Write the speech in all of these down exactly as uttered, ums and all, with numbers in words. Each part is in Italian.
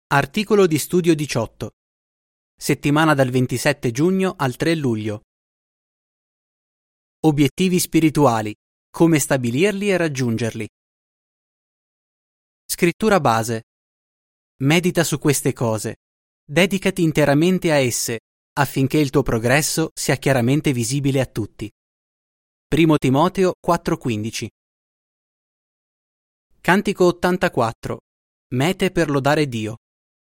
Articolo di studio diciotto. Settimana dal ventisette giugno al tre luglio. Obiettivi spirituali. Come stabilirli e raggiungerli. Scrittura base. Medita su queste cose. Dedicati interamente a esse, affinché il tuo progresso sia chiaramente visibile a tutti. Primo Timoteo quattro quindici. Cantico ottantaquattro. Mete per lodare Dio.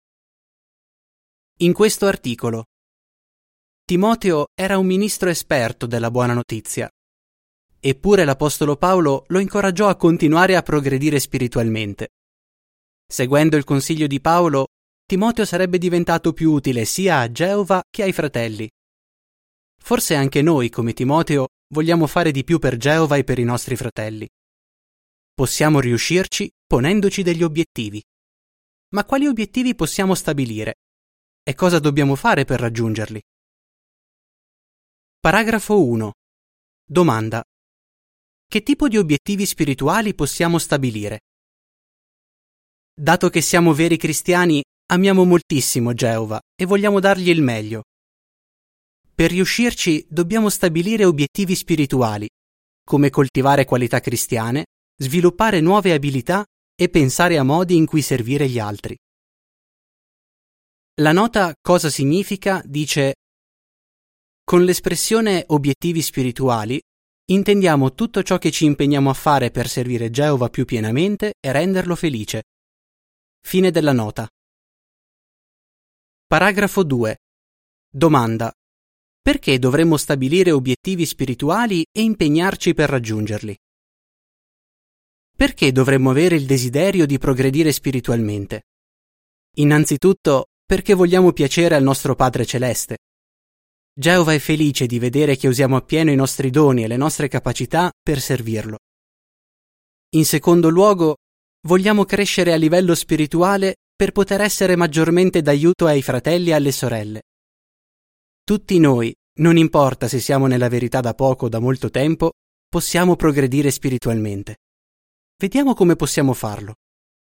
In questo articolo, Timoteo era un ministro esperto della buona notizia, eppure l'Apostolo Paolo lo incoraggiò a continuare a progredire spiritualmente. Seguendo il consiglio di Paolo, Timoteo sarebbe diventato più utile sia a Geova che ai fratelli. Forse anche noi, come Timoteo, vogliamo fare di più per Geova e per i nostri fratelli. Possiamo riuscirci ponendoci degli obiettivi. Ma quali obiettivi possiamo stabilire? E cosa dobbiamo fare per raggiungerli? Paragrafo uno. Domanda. Che tipo di obiettivi spirituali possiamo stabilire? Dato che siamo veri cristiani, amiamo moltissimo Geova e vogliamo dargli il meglio. Per riuscirci dobbiamo stabilire obiettivi spirituali, come coltivare qualità cristiane, sviluppare nuove abilità e pensare a modi in cui servire gli altri. La nota cosa significa dice: con l'espressione obiettivi spirituali intendiamo tutto ciò che ci impegniamo a fare per servire Geova più pienamente e renderlo felice. Fine della nota. Paragrafo due. Domanda. Perché dovremmo stabilire obiettivi spirituali e impegnarci per raggiungerli? Perché dovremmo avere il desiderio di progredire spiritualmente? Innanzitutto, perché vogliamo piacere al nostro Padre Celeste. Geova è felice di vedere che usiamo appieno i nostri doni e le nostre capacità per servirlo. In secondo luogo, vogliamo crescere a livello spirituale per poter essere maggiormente d'aiuto ai fratelli e alle sorelle. Tutti noi, non importa se siamo nella verità da poco o da molto tempo, possiamo progredire spiritualmente. Vediamo come possiamo farlo.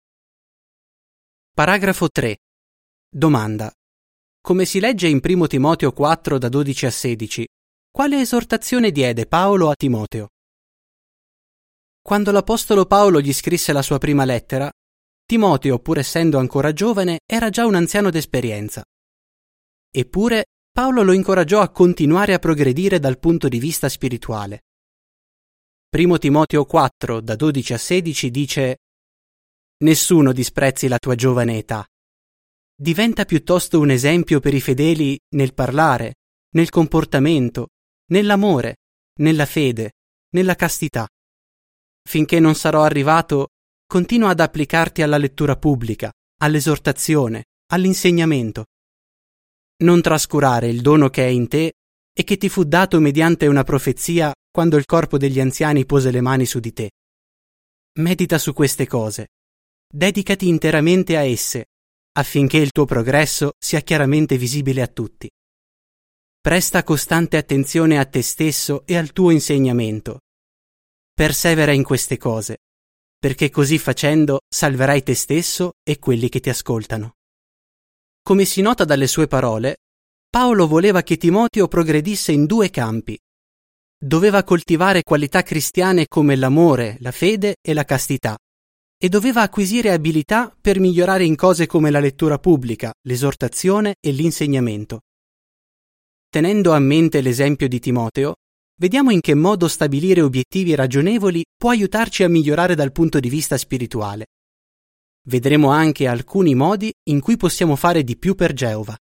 Paragrafo tre. Domanda. Come si legge in Primo Timoteo quattro da dodici a sedici, quale esortazione diede Paolo a Timoteo? Quando l'Apostolo Paolo gli scrisse la sua prima lettera, Timoteo, pur essendo ancora giovane, era già un anziano d'esperienza. Eppure, Paolo lo incoraggiò a continuare a progredire dal punto di vista spirituale. Primo Timoteo quattro da dodici a sedici dice: nessuno disprezzi la tua giovane età. Diventa piuttosto un esempio per i fedeli nel parlare, nel comportamento, nell'amore, nella fede, nella castità. Finché non sarò arrivato, continua ad applicarti alla lettura pubblica, all'esortazione, all'insegnamento. Non trascurare il dono che è in te e che ti fu dato mediante una profezia quando il corpo degli anziani pose le mani su di te. Medita su queste cose. Dedicati interamente a esse, affinché il tuo progresso sia chiaramente visibile a tutti. Presta costante attenzione a te stesso e al tuo insegnamento. Persevera in queste cose, perché così facendo salverai te stesso e quelli che ti ascoltano. Come si nota dalle sue parole, Paolo voleva che Timoteo progredisse in due campi. Doveva coltivare qualità cristiane come l'amore, la fede e la castità, e doveva acquisire abilità per migliorare in cose come la lettura pubblica, l'esortazione e l'insegnamento. Tenendo a mente l'esempio di Timoteo, vediamo in che modo stabilire obiettivi ragionevoli può aiutarci a migliorare dal punto di vista spirituale. Vedremo anche alcuni modi in cui possiamo fare di più per Geova.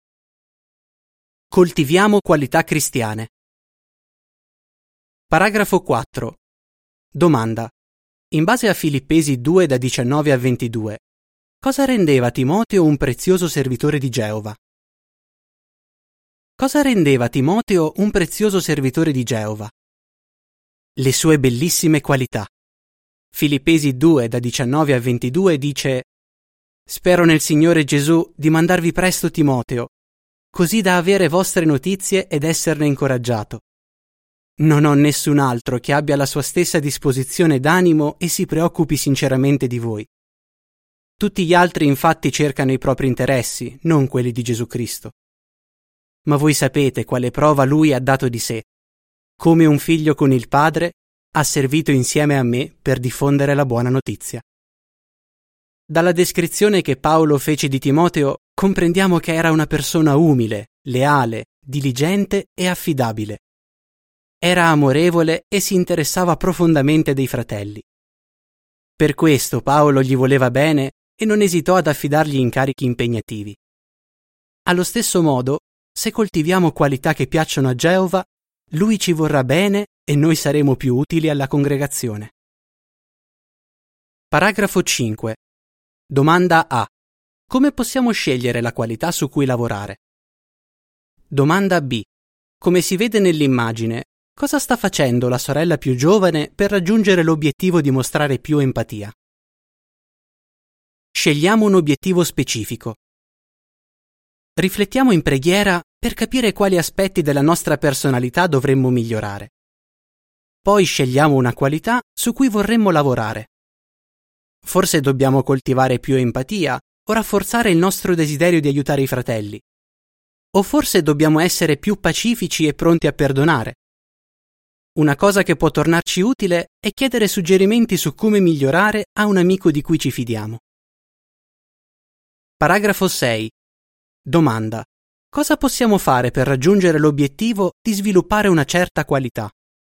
Coltiviamo qualità cristiane. Paragrafo quattro. Domanda. In base a Filippesi due da diciannove a ventidue, cosa rendeva Timoteo un prezioso servitore di Geova? Cosa rendeva Timoteo un prezioso servitore di Geova? Le sue bellissime qualità. Filippesi due da diciannove a ventidue dice: spero nel Signore Gesù di mandarvi presto Timoteo, così da avere vostre notizie ed esserne incoraggiato. Non ho nessun altro che abbia la sua stessa disposizione d'animo e si preoccupi sinceramente di voi. Tutti gli altri infatti cercano i propri interessi, non quelli di Gesù Cristo. Ma voi sapete quale prova lui ha dato di sé. Come un figlio con il padre, ha servito insieme a me per diffondere la buona notizia. Dalla descrizione che Paolo fece di Timoteo, comprendiamo che era una persona umile, leale, diligente e affidabile. Era amorevole e si interessava profondamente dei fratelli. Per questo Paolo gli voleva bene e non esitò ad affidargli incarichi impegnativi. Allo stesso modo, se coltiviamo qualità che piacciono a Geova, lui ci vorrà bene e noi saremo più utili alla congregazione. Paragrafo cinque. Domanda A. Come possiamo scegliere la qualità su cui lavorare? Domanda B. Come si vede nell'immagine, cosa sta facendo la sorella più giovane per raggiungere l'obiettivo di mostrare più empatia? Scegliamo un obiettivo specifico. Riflettiamo in preghiera per capire quali aspetti della nostra personalità dovremmo migliorare. Poi scegliamo una qualità su cui vorremmo lavorare. Forse dobbiamo coltivare più empatia o rafforzare il nostro desiderio di aiutare i fratelli. O forse dobbiamo essere più pacifici e pronti a perdonare. Una cosa che può tornarci utile è chiedere suggerimenti su come migliorare a un amico di cui ci fidiamo. Paragrafo sei. Domanda. Cosa possiamo fare per raggiungere l'obiettivo di sviluppare una certa qualità?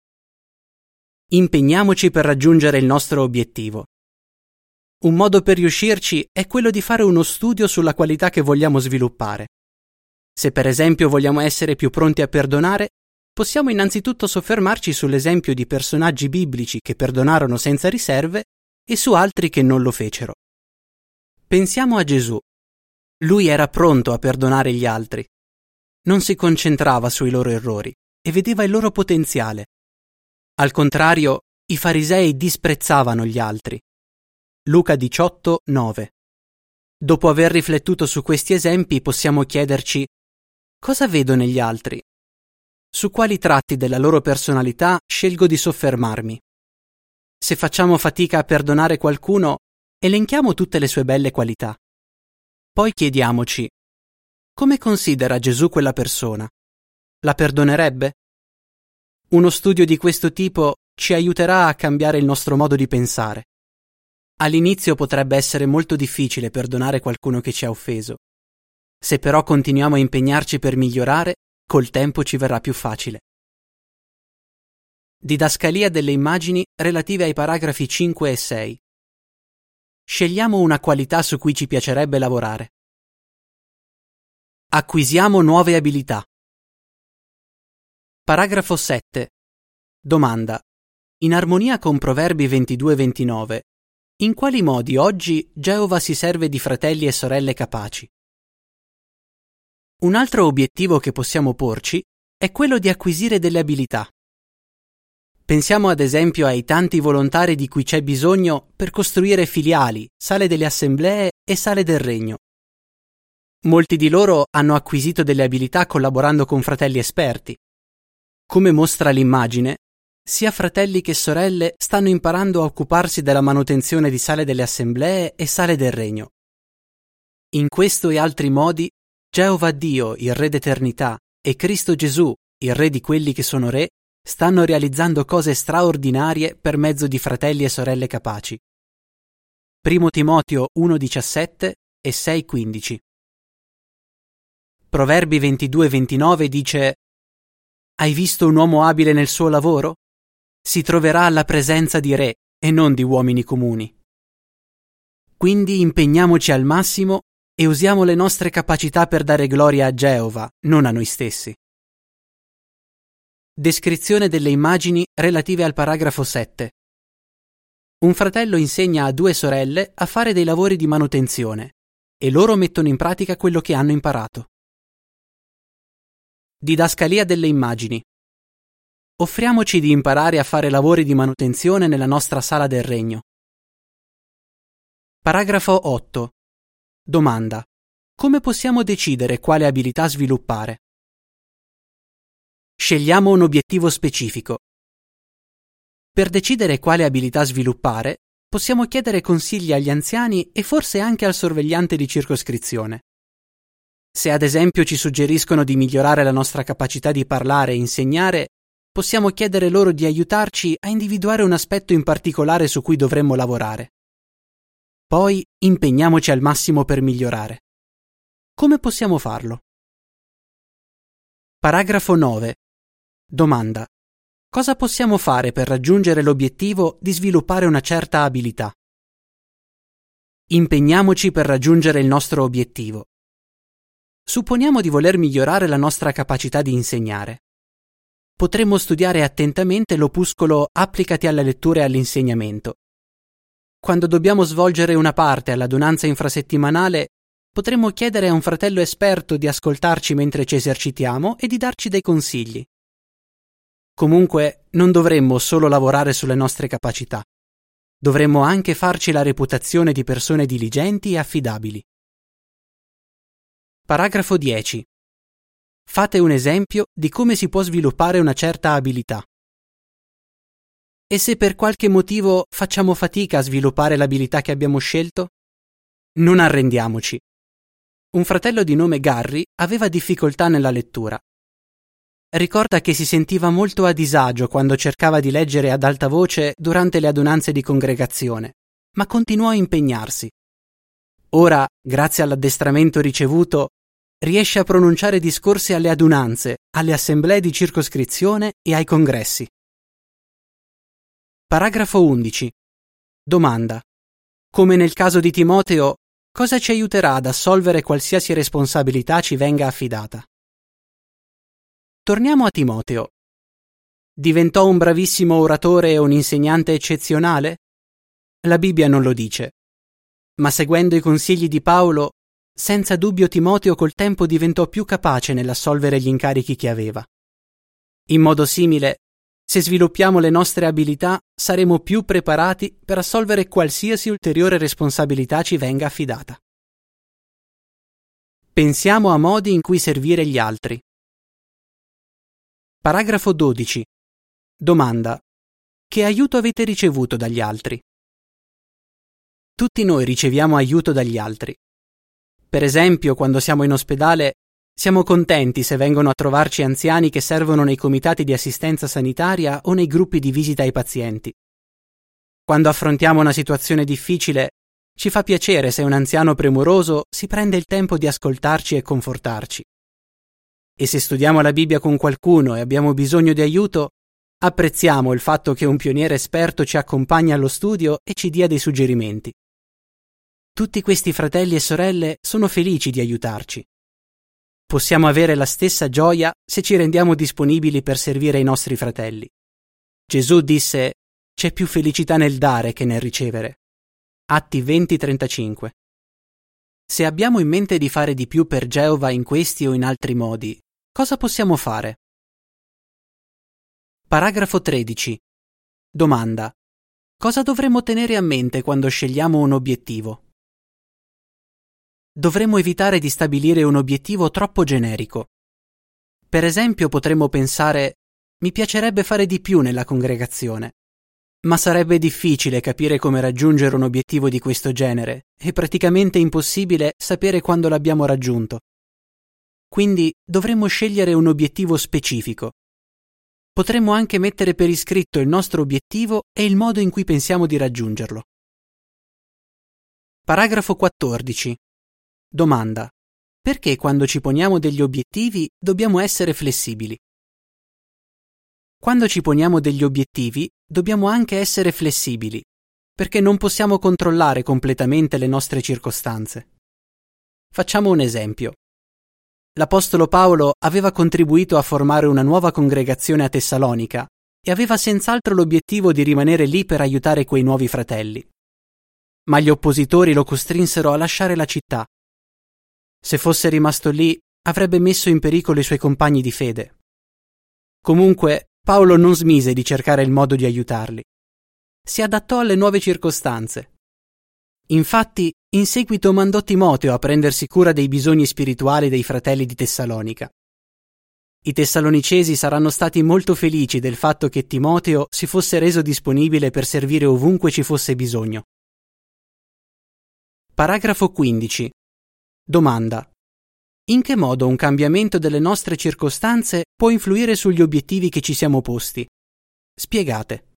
Impegniamoci per raggiungere il nostro obiettivo. Un modo per riuscirci è quello di fare uno studio sulla qualità che vogliamo sviluppare. Se per esempio vogliamo essere più pronti a perdonare, possiamo innanzitutto soffermarci sull'esempio di personaggi biblici che perdonarono senza riserve e su altri che non lo fecero. Pensiamo a Gesù. Lui era pronto a perdonare gli altri. Non si concentrava sui loro errori e vedeva il loro potenziale. Al contrario, i farisei disprezzavano gli altri. Luca diciotto, nove. Dopo aver riflettuto su questi esempi possiamo chiederci: cosa vedo negli altri? Su quali tratti della loro personalità scelgo di soffermarmi? Se facciamo fatica a perdonare qualcuno, elenchiamo tutte le sue belle qualità. Poi chiediamoci: come considera Gesù quella persona? La perdonerebbe? Uno studio di questo tipo ci aiuterà a cambiare il nostro modo di pensare. All'inizio potrebbe essere molto difficile perdonare qualcuno che ci ha offeso. Se però continuiamo a impegnarci per migliorare, col tempo ci verrà più facile. Didascalia delle immagini relative ai paragrafi cinque e sei. Scegliamo una qualità su cui ci piacerebbe lavorare. Acquisiamo nuove abilità. Paragrafo sette. Domanda. In armonia con Proverbi ventidue ventinove, in quali modi oggi Geova si serve di fratelli e sorelle capaci? Un altro obiettivo che possiamo porci è quello di acquisire delle abilità. Pensiamo ad esempio ai tanti volontari di cui c'è bisogno per costruire filiali, sale delle assemblee e sale del regno. Molti di loro hanno acquisito delle abilità collaborando con fratelli esperti. Come mostra l'immagine, sia fratelli che sorelle stanno imparando a occuparsi della manutenzione di sale delle assemblee e sale del regno. In questo e altri modi, Geova Dio, il Re d'eternità, e Cristo Gesù, il Re di quelli che sono re, stanno realizzando cose straordinarie per mezzo di fratelli e sorelle capaci. Primo Timoteo uno diciassette e sei quindici. Proverbi ventidue ventinove dice: hai visto un uomo abile nel suo lavoro? Si troverà alla presenza di re e non di uomini comuni. Quindi impegniamoci al massimo e usiamo le nostre capacità per dare gloria a Geova, non a noi stessi. Descrizione delle immagini relative al paragrafo sette. Un fratello insegna a due sorelle a fare dei lavori di manutenzione e loro mettono in pratica quello che hanno imparato. Didascalia delle immagini. Offriamoci di imparare a fare lavori di manutenzione nella nostra sala del regno. Paragrafo otto. Domanda. Come possiamo decidere quale abilità sviluppare? Scegliamo un obiettivo specifico. Per decidere quale abilità sviluppare, possiamo chiedere consigli agli anziani e forse anche al sorvegliante di circoscrizione. Se ad esempio ci suggeriscono di migliorare la nostra capacità di parlare e insegnare, possiamo chiedere loro di aiutarci a individuare un aspetto in particolare su cui dovremmo lavorare. Poi impegniamoci al massimo per migliorare. Come possiamo farlo? Paragrafo nove. Domanda. Cosa possiamo fare per raggiungere l'obiettivo di sviluppare una certa abilità? Impegniamoci per raggiungere il nostro obiettivo. Supponiamo di voler migliorare la nostra capacità di insegnare. Potremmo studiare attentamente l'opuscolo Applicati alla lettura e all'insegnamento. Quando dobbiamo svolgere una parte all'adunanza infrasettimanale, potremmo chiedere a un fratello esperto di ascoltarci mentre ci esercitiamo e di darci dei consigli. Comunque, non dovremmo solo lavorare sulle nostre capacità. Dovremmo anche farci la reputazione di persone diligenti e affidabili. Paragrafo dieci. Fate un esempio di come si può sviluppare una certa abilità. E se per qualche motivo facciamo fatica a sviluppare l'abilità che abbiamo scelto? Non arrendiamoci. Un fratello di nome Garry aveva difficoltà nella lettura. Ricorda che si sentiva molto a disagio quando cercava di leggere ad alta voce durante le adunanze di congregazione, ma continuò a impegnarsi. Ora, grazie all'addestramento ricevuto, riesce a pronunciare discorsi alle adunanze, alle assemblee di circoscrizione e ai congressi. Paragrafo undici. Domanda. Come nel caso di Timoteo, cosa ci aiuterà ad assolvere qualsiasi responsabilità ci venga affidata? Torniamo a Timoteo. Diventò un bravissimo oratore e un insegnante eccezionale? La Bibbia non lo dice. Ma seguendo i consigli di Paolo, senza dubbio Timoteo col tempo diventò più capace nell'assolvere gli incarichi che aveva. In modo simile, se sviluppiamo le nostre abilità, saremo più preparati per assolvere qualsiasi ulteriore responsabilità ci venga affidata. Pensiamo a modi in cui servire gli altri. Paragrafo dodici. Domanda. Che aiuto avete ricevuto dagli altri? Tutti noi riceviamo aiuto dagli altri. Per esempio, quando siamo in ospedale, siamo contenti se vengono a trovarci anziani che servono nei comitati di assistenza sanitaria o nei gruppi di visita ai pazienti. Quando affrontiamo una situazione difficile, ci fa piacere se un anziano premuroso si prende il tempo di ascoltarci e confortarci. E se studiamo la Bibbia con qualcuno e abbiamo bisogno di aiuto, apprezziamo il fatto che un pioniere esperto ci accompagni allo studio e ci dia dei suggerimenti. Tutti questi fratelli e sorelle sono felici di aiutarci. Possiamo avere la stessa gioia se ci rendiamo disponibili per servire i nostri fratelli. Gesù disse: c'è più felicità nel dare che nel ricevere. Atti venti trentacinque. Se abbiamo in mente di fare di più per Geova in questi o in altri modi, cosa possiamo fare? Paragrafo tredici. Domanda. Cosa dovremmo tenere a mente quando scegliamo un obiettivo? Dovremmo evitare di stabilire un obiettivo troppo generico. Per esempio potremmo pensare: mi piacerebbe fare di più nella congregazione, ma sarebbe difficile capire come raggiungere un obiettivo di questo genere e praticamente impossibile sapere quando l'abbiamo raggiunto. Quindi dovremmo scegliere un obiettivo specifico. Potremmo anche mettere per iscritto il nostro obiettivo e il modo in cui pensiamo di raggiungerlo. Paragrafo quattordici. Domanda. Perché quando ci poniamo degli obiettivi dobbiamo essere flessibili? Quando ci poniamo degli obiettivi dobbiamo anche essere flessibili, perché non possiamo controllare completamente le nostre circostanze. Facciamo un esempio. L'Apostolo Paolo aveva contribuito a formare una nuova congregazione a Tessalonica e aveva senz'altro l'obiettivo di rimanere lì per aiutare quei nuovi fratelli. Ma gli oppositori lo costrinsero a lasciare la città. Se fosse rimasto lì, avrebbe messo in pericolo i suoi compagni di fede. Comunque, Paolo non smise di cercare il modo di aiutarli. Si adattò alle nuove circostanze. Infatti, in seguito mandò Timoteo a prendersi cura dei bisogni spirituali dei fratelli di Tessalonica. I Tessalonicesi saranno stati molto felici del fatto che Timoteo si fosse reso disponibile per servire ovunque ci fosse bisogno. Paragrafo quindici. Domanda. In che modo un cambiamento delle nostre circostanze può influire sugli obiettivi che ci siamo posti? Spiegate.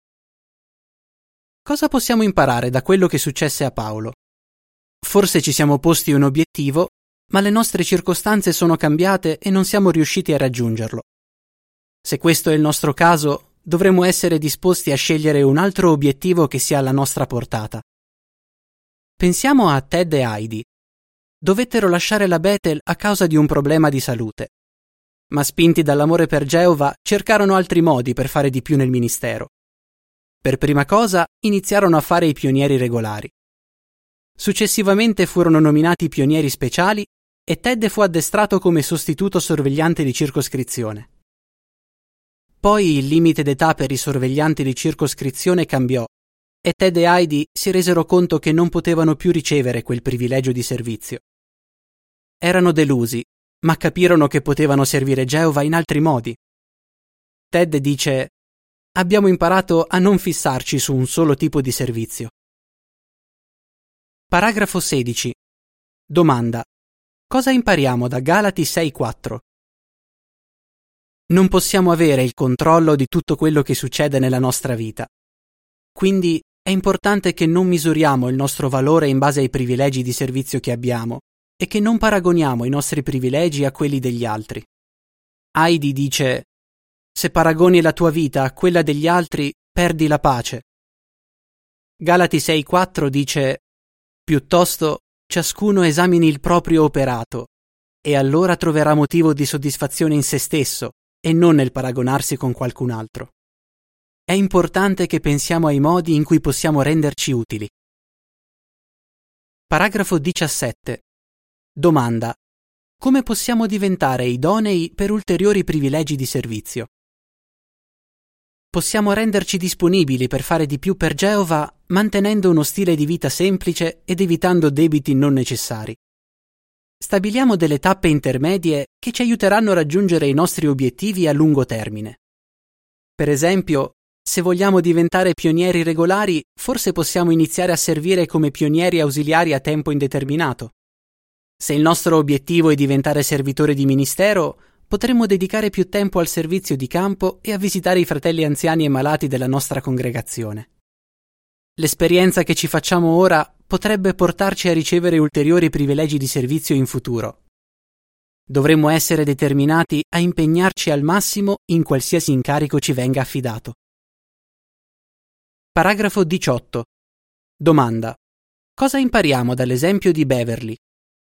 Cosa possiamo imparare da quello che successe a Paolo? Forse ci siamo posti un obiettivo, ma le nostre circostanze sono cambiate e non siamo riusciti a raggiungerlo. Se questo è il nostro caso, dovremo essere disposti a scegliere un altro obiettivo che sia alla nostra portata. Pensiamo a Ted e Heidi. Dovettero lasciare la Bethel a causa di un problema di salute, ma spinti dall'amore per Geova cercarono altri modi per fare di più nel ministero. Per prima cosa iniziarono a fare i pionieri regolari. Successivamente furono nominati pionieri speciali e Ted fu addestrato come sostituto sorvegliante di circoscrizione. Poi il limite d'età per i sorveglianti di circoscrizione cambiò e Ted e Heidi si resero conto che non potevano più ricevere quel privilegio di servizio. Erano delusi, ma capirono che potevano servire Geova in altri modi. Ted dice: abbiamo imparato a non fissarci su un solo tipo di servizio. Paragrafo sedici. Domanda. Cosa impariamo da Galati sei quattro? Non possiamo avere il controllo di tutto quello che succede nella nostra vita. Quindi è importante che non misuriamo il nostro valore in base ai privilegi di servizio che abbiamo e che non paragoniamo i nostri privilegi a quelli degli altri. Heidi dice: se paragoni la tua vita a quella degli altri, perdi la pace. Galati sei quattro dice: piuttosto ciascuno esamini il proprio operato e allora troverà motivo di soddisfazione in se stesso e non nel paragonarsi con qualcun altro. È importante che pensiamo ai modi in cui possiamo renderci utili. Paragrafo diciassette. Domanda. Come possiamo diventare idonei per ulteriori privilegi di servizio? Possiamo renderci disponibili per fare di più per Geova mantenendo uno stile di vita semplice ed evitando debiti non necessari. Stabiliamo delle tappe intermedie che ci aiuteranno a raggiungere i nostri obiettivi a lungo termine. Per esempio, se vogliamo diventare pionieri regolari, forse possiamo iniziare a servire come pionieri ausiliari a tempo indeterminato. Se il nostro obiettivo è diventare servitori di ministero, potremmo dedicare più tempo al servizio di campo e a visitare i fratelli anziani e malati della nostra congregazione. L'esperienza che ci facciamo ora potrebbe portarci a ricevere ulteriori privilegi di servizio in futuro. Dovremmo essere determinati a impegnarci al massimo in qualsiasi incarico ci venga affidato. Paragrafo diciotto. Domanda. Cosa impariamo dall'esempio di Beverly?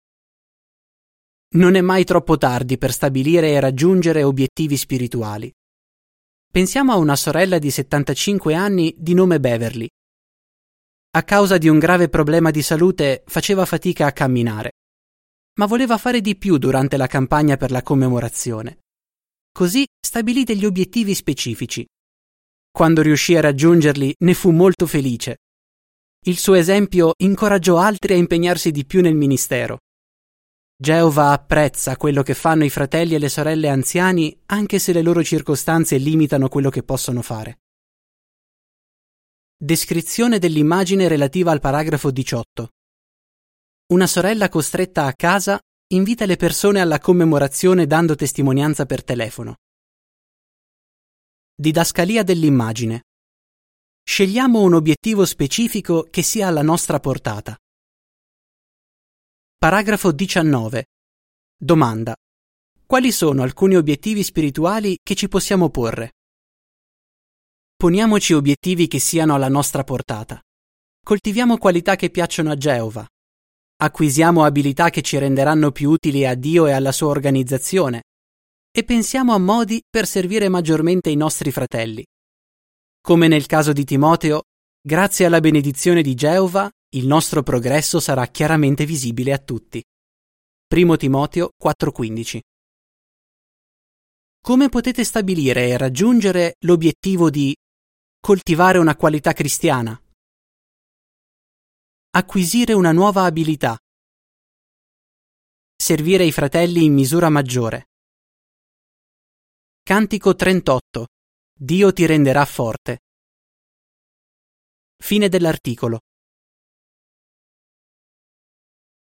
Non è mai troppo tardi per stabilire e raggiungere obiettivi spirituali. Pensiamo a una sorella di settantacinque anni di nome Beverly. A causa di un grave problema di salute faceva fatica a camminare, ma voleva fare di più durante la campagna per la commemorazione. Così stabilì degli obiettivi specifici. Quando riuscì a raggiungerli ne fu molto felice. Il suo esempio incoraggiò altri a impegnarsi di più nel ministero. Geova apprezza quello che fanno i fratelli e le sorelle anziani anche se le loro circostanze limitano quello che possono fare. Descrizione dell'immagine relativa al paragrafo diciotto. Una sorella costretta a casa invita le persone alla commemorazione dando testimonianza per telefono. Didascalia dell'immagine. Scegliamo un obiettivo specifico che sia alla nostra portata. Paragrafo diciannove. Domanda. Quali sono alcuni obiettivi spirituali che ci possiamo porre? Poniamoci obiettivi che siano alla nostra portata. Coltiviamo qualità che piacciono a Geova. Acquisiamo abilità che ci renderanno più utili a Dio e alla sua organizzazione. E pensiamo a modi per servire maggiormente i nostri fratelli. Come nel caso di Timoteo, grazie alla benedizione di Geova, il nostro progresso sarà chiaramente visibile a tutti. Primo Timoteo quattro quindici. Come potete stabilire e raggiungere l'obiettivo di coltivare una qualità cristiana? Acquisire una nuova abilità. Servire i fratelli in misura maggiore. Cantico trentotto. Dio ti renderà forte. Fine dell'articolo.